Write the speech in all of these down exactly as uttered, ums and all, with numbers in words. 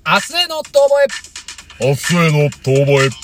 明日への遠吠え。 明日への遠吠え。 明日への遠吠え。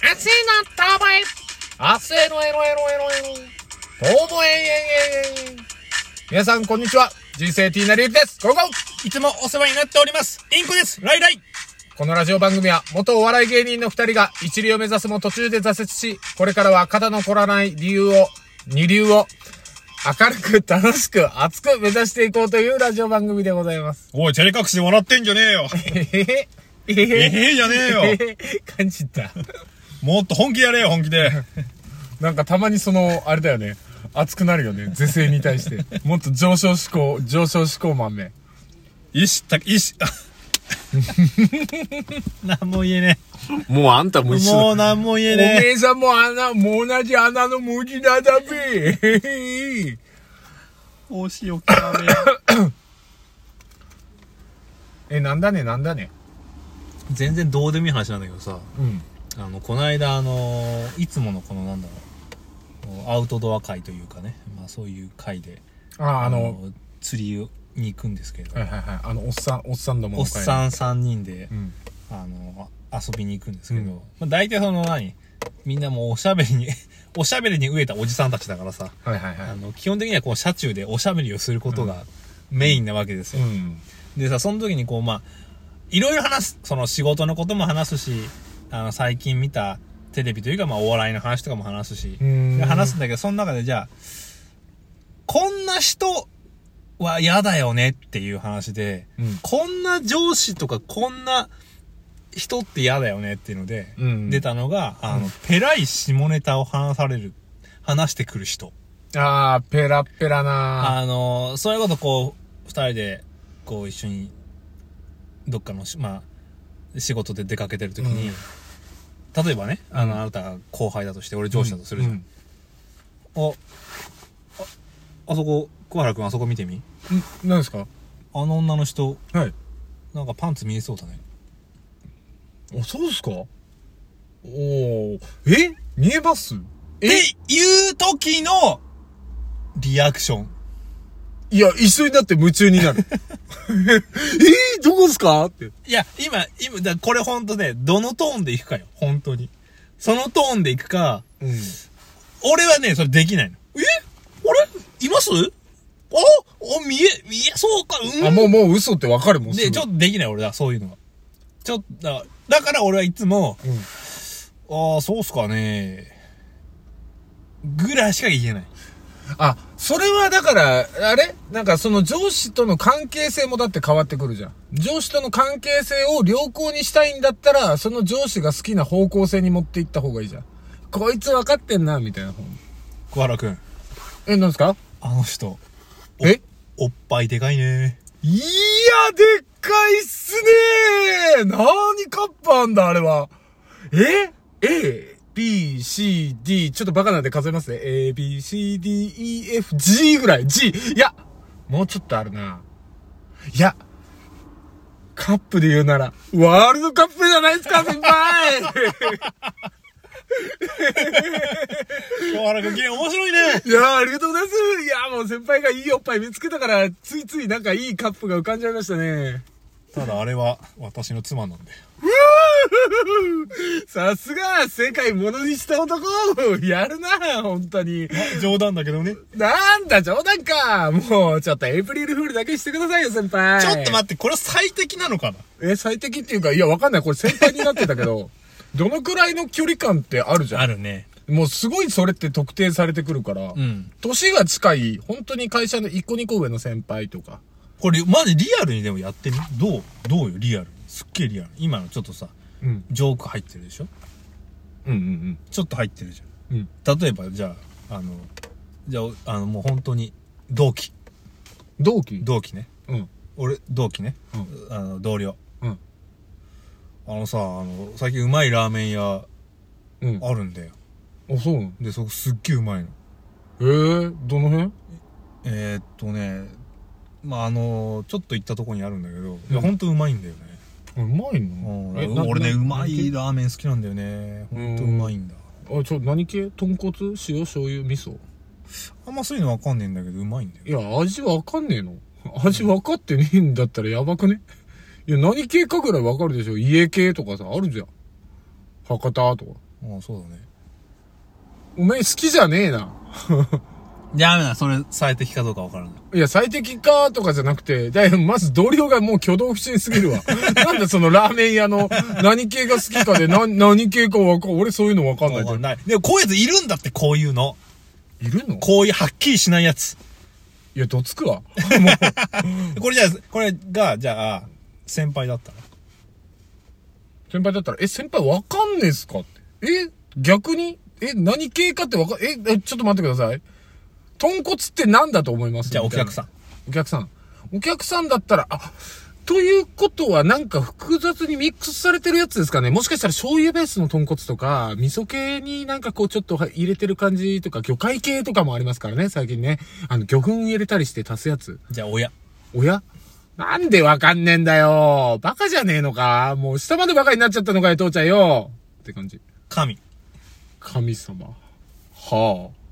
明日へのエロエロエロエロ。遠吠え。皆さんこんにちは。人生 T なりゆきです。ゴーゴー。 いつもお世話になっております。インコです。ライライ。 このラジオ番組は元お笑い芸人の二人が一流を目指すも途中で挫折し、これからは肩の凝らない理由を、二流を明るく楽しく熱く目指していこうというラジオ番組でございます。 おい、照れ隠しで笑ってんじゃねえよ。 えへへ。えへえへじゃねえよ。 えへ感じた。 もっと本気やれよ、本気で。 なんかたまにその、あれだよね。熱くなるよね。是正に対して。もっと上昇志向、上昇志向満面。 いした、いし、なんも言えねもうあんたもえ。 一緒だ。 もうなんも言えおねえ。 めえさんも穴、もう同じ穴の無地だだべ。 おしおきだめ。 え、なんだね、なんだね。 全然どうでもいい話なんだけどさ、 うん。 あの、この間、あの、いつものこのなんだろう、アウトドア会というかね、まあそういう会で、 あ、あの、 釣りに行くんですけれど、 はいはいはい。あの、おっさん、おっさんどもおっの会さんさんにんで、 うん。 あの、あ遊びに行くんですけど、 うんまあ、大体その何みんなもうおしゃべりに、おしゃべりに飢えたおじさんたちだからさ、 はいはいはい。 あの、基本的にはこう車中でおしゃべりをすることがメインなわけですよ。 うん。 でさ、その時にこう、まあ、いろいろ話す、その仕事のことも話すし、あの、最近見たテレビというか、まあ、お笑いの話とかも話すし、 うんで話すんだけど、その中でじゃあ、こんな人は嫌だよねっていう話で、 うんこんな上司とかこんな人って嫌だよねっていうので、 うん出たのが、あの、ペライ下ネタを話される、話してくる人。 あー、ペラッペラなあの、そういうことこう、二人で、こう一緒に、どっかのし、まあ、仕事で出かけてるときに、例えばね、あの、 うんあなたが後輩だとして、俺上司だとするじゃん。 うんあ、あ、あそこ、小原くんあそこ見てみ。 ん何ですか？ あの女の人、 はい。 なんかパンツ見えそうだね。 あ、そうですか？おー。え？見えます？ っていう時の、リアクション。 いや、一緒になって夢中になる。えー、どこですかって。 いや、今、今、だこれほんとね、どのトーンでいくかよ。本当に。そのトーンでいくか、 うん。 俺はね、それできないの。えあれいますああ、見え、見えそうか、うん。 あ、もう、もう嘘ってわかるもん。 で、ちょっとできない俺だ、そういうのが。ちょっと、だだから俺はいつも、 うん。 ああ、そうっすかね。ぐらいしか言えない。 あ、それはだから、あれなんかその上司との関係性もだって変わってくるじゃん。上司との関係性を良好にしたいんだったら、その上司が好きな方向性に持っていった方がいいじゃん。こいつ分かってんな、みたいな方に。 小原くん、 え、なんですか？ あの人。 え？ おっぱいでかいね。 いや、でっかいっすねー。なーにカップあんだ、あれは。え ?A、B、C、D、ちょっとバカなんで数えますね。A、B、C、D、E、F、G ぐらい。G。いや、もうちょっとあるな。いや、カップで言うなら、ワールドカップじゃないですか、先輩小原くん、ゲーム面白いね。 いやー、ありがとうございます。いやー、もう先輩がいいおっぱい見つけたから、ついついなんかいいカップが浮かんじゃいましたね。 ただあれは私の妻なんだよ。 さすが世界ものにした男やるな本当に。 冗談だけどね。 なんだ冗談か。もうちょっとエイプリルフールだけしてくださいよ先輩。 ちょっと待って、これは最適なのかな？ え、最適っていうか、いやわかんない。これ先輩になってたけどどのくらいの距離感ってあるじゃん。 あるね。 もうすごいそれって特定されてくるから、 うん。 年が近い本当に会社の一個二個上の先輩とか。 これ、マジリアルにでもやってみ？どうどうよ、リアル。すっげえリアル。今のちょっとさ、 うんジョーク入ってるでしょ？ うんうんちょっと入ってるじうんうんゃん。例えば、じゃあ、あの、じゃあ、あの、もう本当に、同期。 同期同期ね。 うん俺、同期ね。 うんあの、同僚。 うんあのさ、あの、最近うまいラーメン屋うんあるんだよ。 あ、そうなの？ で、そこすっげえうまいの。 えー、どの辺？ えー、っとね、まあ、あの、ちょっと行ったとこにあるんだけど、いや、 うんほんとうまいんだよね。 うまいうんの？えな俺ね、 なうまいラーメン好きなんだよね。ほんとうまいんだ。 あ、ちょ、何系？豚骨？塩醤油？味噌？ あんまそういうのわかんねえんだけど、うまいんだよ。 いや、味わかんねえの？味わかってねえんだったらやばくね？ いや、何系かぐらいわかるでしょ。家系とかさ、あるじゃん。博多とか。 ああ、そうだね。 お前好きじゃねえな。 やめな、それ最適かどうかわからない。 いや、最適かとかじゃなくて、だいまず同僚がもう挙動不審すぎるわ。なんでそのラーメン屋の何系が好きかで、な、何系かわかん、俺そういうのわかんないじゃん。 わかんない。でもこういうやついるんだって、こういうの。 いるの？ こういうはっきりしないやつ。 いや、どつくわ。もう。これじゃあ、これが、じゃあ、先輩だったら先輩だったら、え、先輩わかんねえっすかって。え、逆にえ、何系かってわか、え、え、ちょっと待ってください。豚骨って何だと思います？ じゃあお客さん。 お客さん。お客さんだったら、あ、ということはなんか複雑にミックスされてるやつですかね。もしかしたら醤油ベースの豚骨とか、味噌系になんかこうちょっと入れてる感じとか、魚介系とかもありますからね、最近ね。あの、魚粉入れたりして足すやつ。 じゃあ親。 親？なんでわかんねえんだよ。バカじゃねえのか。もう下までバカになっちゃったのかよ、父ちゃんよ。って感じ。 神。 神様。はあ。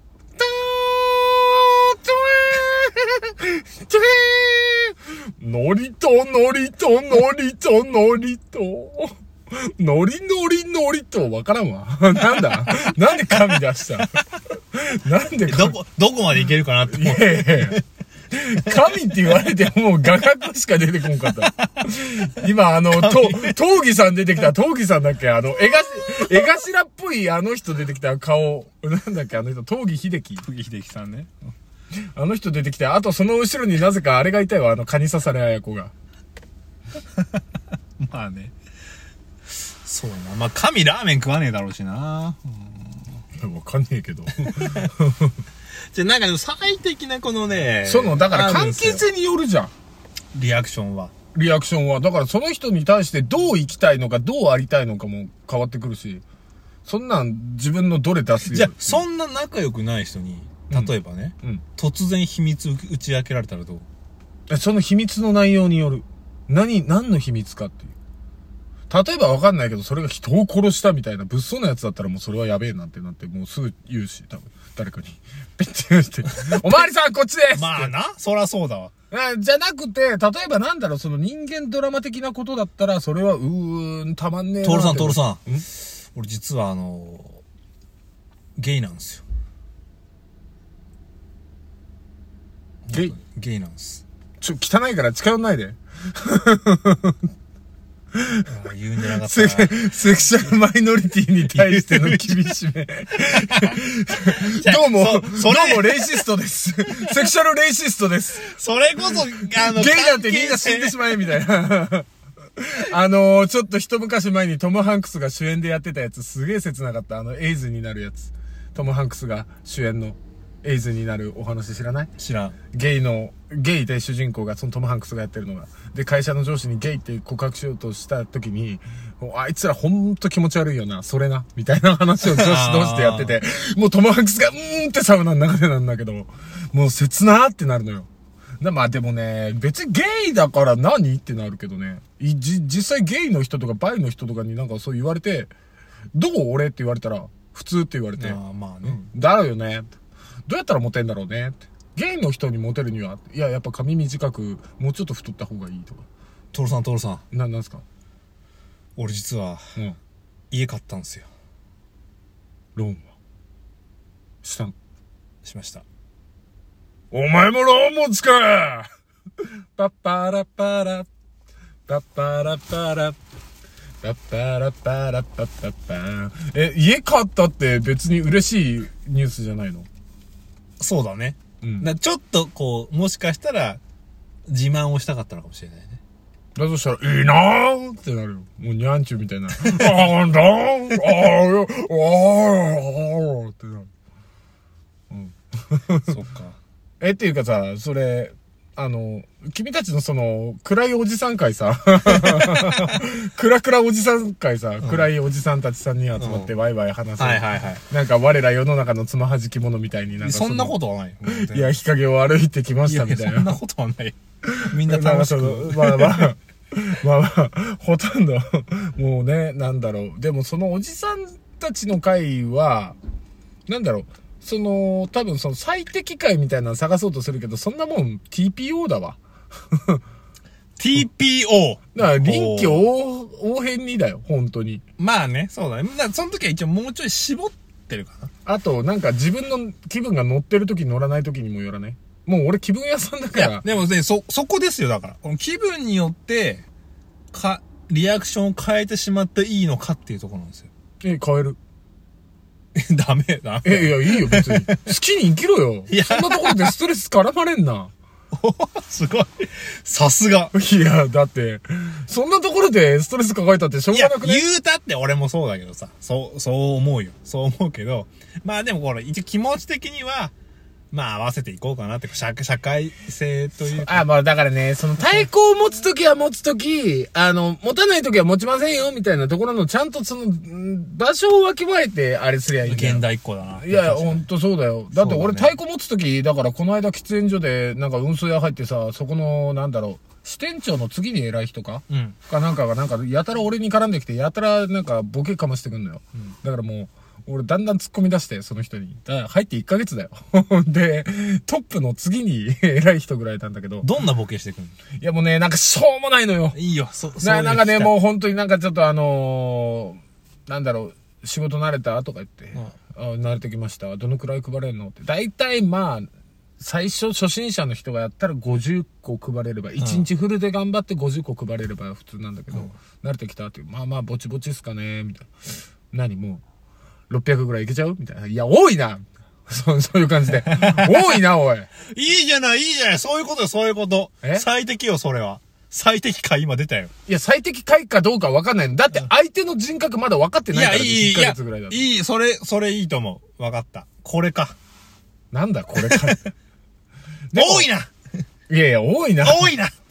のりと、のりと、のりと、のりと。のりのりのりと、わからんわ。なんだなんで神出したなんで神どこ、どこまでいけるかなって思う。 いやいやいや神って言われてもう画角しか出てこんかった。今あの、と、トウギさん出てきた、トウギさんだっけあの、絵がし、絵頭っぽいあの人出てきた顔。なんだっけあの人、トウギ秀樹。 トウギ秀樹さんね。 あの人出てきて、あとその後ろになぜかあれがいたよ、あの、カニ刺され綾子が。 まあね。そうな。まあ、神ラーメン食わねえだろうしな。 わかんねえけど。 じゃあなんかでも最適なこのね。 その、だから関係性によるじゃん。 リアクションは。 リアクションは。だからその人に対してどう生きたいのか、どうありたいのかも変わってくるし。そんなん自分のどれ出すよ。 じゃあ、そんな仲良くない人に、例えばね、 うんうん、 突然秘密打ち明けられたらどう？その秘密の内容による。何、何の秘密かっていう。例えばわかんないけど、それが人を殺したみたいな物騒なやつだったらもうそれはやべえなってなって、もうすぐ言うし、多分、誰かに。ペッて言うして、おまわりさんこっちですまあな、そらそうだわ。 じゃなくて、例えばなんだろう、その人間ドラマ的なことだったら、それは、うーん、たまんねえな。 トールさん、トールさん。俺実はあの、ゲイなんですよ。 ゲイゲイなんです。 ちょ、汚いから近寄んないで。 言うんじゃなかったセセクシャルマイノリティに対しての厳しめ。どうも、どうもレイシストです。セクシャルレイシストです。 それこそ、あの、 ゲイなんてみんな死んでしまえ、みたいな。あのー、ちょっと一昔前にトム・ハンクスが主演でやってたやつ、すげえ切なかった。あの、エイズになるやつ。トム・ハンクスが主演のエイズになるお話知らない？ 知らん。 ゲイの、ゲイで主人公が、そのトム・ハンクスがやってるのが。で、会社の上司にゲイって告白しようとした時に、あいつらほんと気持ち悪いよな、それな、みたいな話を上司同士でやってて、もうトム・ハンクスが、うーんってサウナの中でなんだけど、もう切なーってなるのよ。まあでもね、別にゲイだから何ってなるけどね。じ、実際ゲイの人とかバイの人とかになんかそう言われて、どう俺って言われたら、普通って言われて。 あまあね。 うん、だろよね。どうやったらモテんだろうねって。ゲイの人にモテるには、いや、やっぱ髪短く、もうちょっと太った方がいいとか。 トールさん、トールさん。 な、なんすか？ 俺実は、 うん。 家買ったんですよ。 ローンはしたの？ しました。 お前もローン持つかパッパラパラ、パッパラパラ、パッパラパラパッパッパー。え、家買ったって別に嬉しいニュースじゃないの？ そうだね。 うん。 だちょっとこう、もしかしたら、自慢をしたかったのかもしれないね。 だとしたら、いいなーってなるよ。もうニャンチュみたいな。あーんだーん、あーよ、あーよ、ってなる。うん。 そっか。 え、っていうかさ、それ、あの、君たちのその、暗いおじさん会さ、暗々おじさん会さ、うん、暗いおじさんたちさんにん集まってワイワイ話す。 はいはいはい。 なんか我ら世の中のつまはじき者みたいになんかそんなことはない。 いや、日陰を歩いてきましたみたいな。 いやそんなことはない。みんな楽しく。 まあまあ、まあまあ、ほとんど、もうね、なんだろう。でもそのおじさんたちの会は、なんだろう。その、多分その最適解みたいなの探そうとするけど、そんなもん ティーピーオー だわ。 ティーピーオー。 だから臨機応応変にだよ、本当に。 まあね、そうだね。だからその時は一応もうちょい絞ってるかな。 あと、なんか自分の気分が乗ってる時乗らない時にもよらね。もう俺気分屋さんだかいやら、。 でもね、そ、そこですよ、だから。この気分によって、か、リアクションを変えてしまっていいのかっていうところなんですよ。 え、変える。 ダメ、ダメ。 え、いや、いいよ、別に。好きに生きろよ。 いやそんなところでストレス絡まれんな。 すごい。さすが。 いや、だって、そんなところでストレス抱えたってしょういや、 がなくね。 言うたって俺もそうだけどさ。そう、そう思うよ。そう思うけど。まあでもこれ、一応気持ち的には、まあ合わせていこうかなって、社社会性というか。 あ、まあだからね、その対抗を持つときは持つとき、あの、持たないときは持ちませんよ、みたいなところのちゃんとその、ん場所をわきまえて、あれすりゃいいんだよ。 現代っ子だな。 いや、ほんとそうだよ。だって俺そうだね太鼓持つとき、だからこの間喫煙所でなんか運送屋入ってさ、そこの、なんだろう、支店長の次に偉い人かうん。 かなんかがなんか、やたら俺に絡んできて、やたらなんかボケかましてくんのよ。 うんだからもう、俺だんだん突っ込み出して、その人に。だから入っていっかげつだよ。で、トップの次に偉い人ぐらいなんだけど。 どんなボケしてくんの？ いやもうね、なんかしょうもないのよ。 いいよ、そ、 ななんかね、 うもう本当になんかちょっとあのー、なんだろう、仕事慣れたとか言って、あ慣れてきました。どのくらい配れるのって。大体まあ、最初初心者の人がやったらごじゅっこ配れれば、いちにちフルで頑張ってごじゅっこ配れれば普通なんだけど、 うん慣れてきたっていう、まあまあぼちぼちっすかね、みたいな。何もう、ろっぴゃくぐらいいけちゃうみたいな。いや、多いなそう、そういう感じで。多いな、おい。 いいじゃない、いいじゃない。そういうことよ、そういうこと。 え最適よ、それは。最適解今出たよ。 いや、最適解かどうかわかんないの。だって相手の人格まだ分かっていや、 ないから、 いい、い 1ヶや月ぐらいだ、と。 いい、それ、それいいと思う。わかった。これか。 なんだ、これか。でも多いな。 いやいや、多いな。 多いな。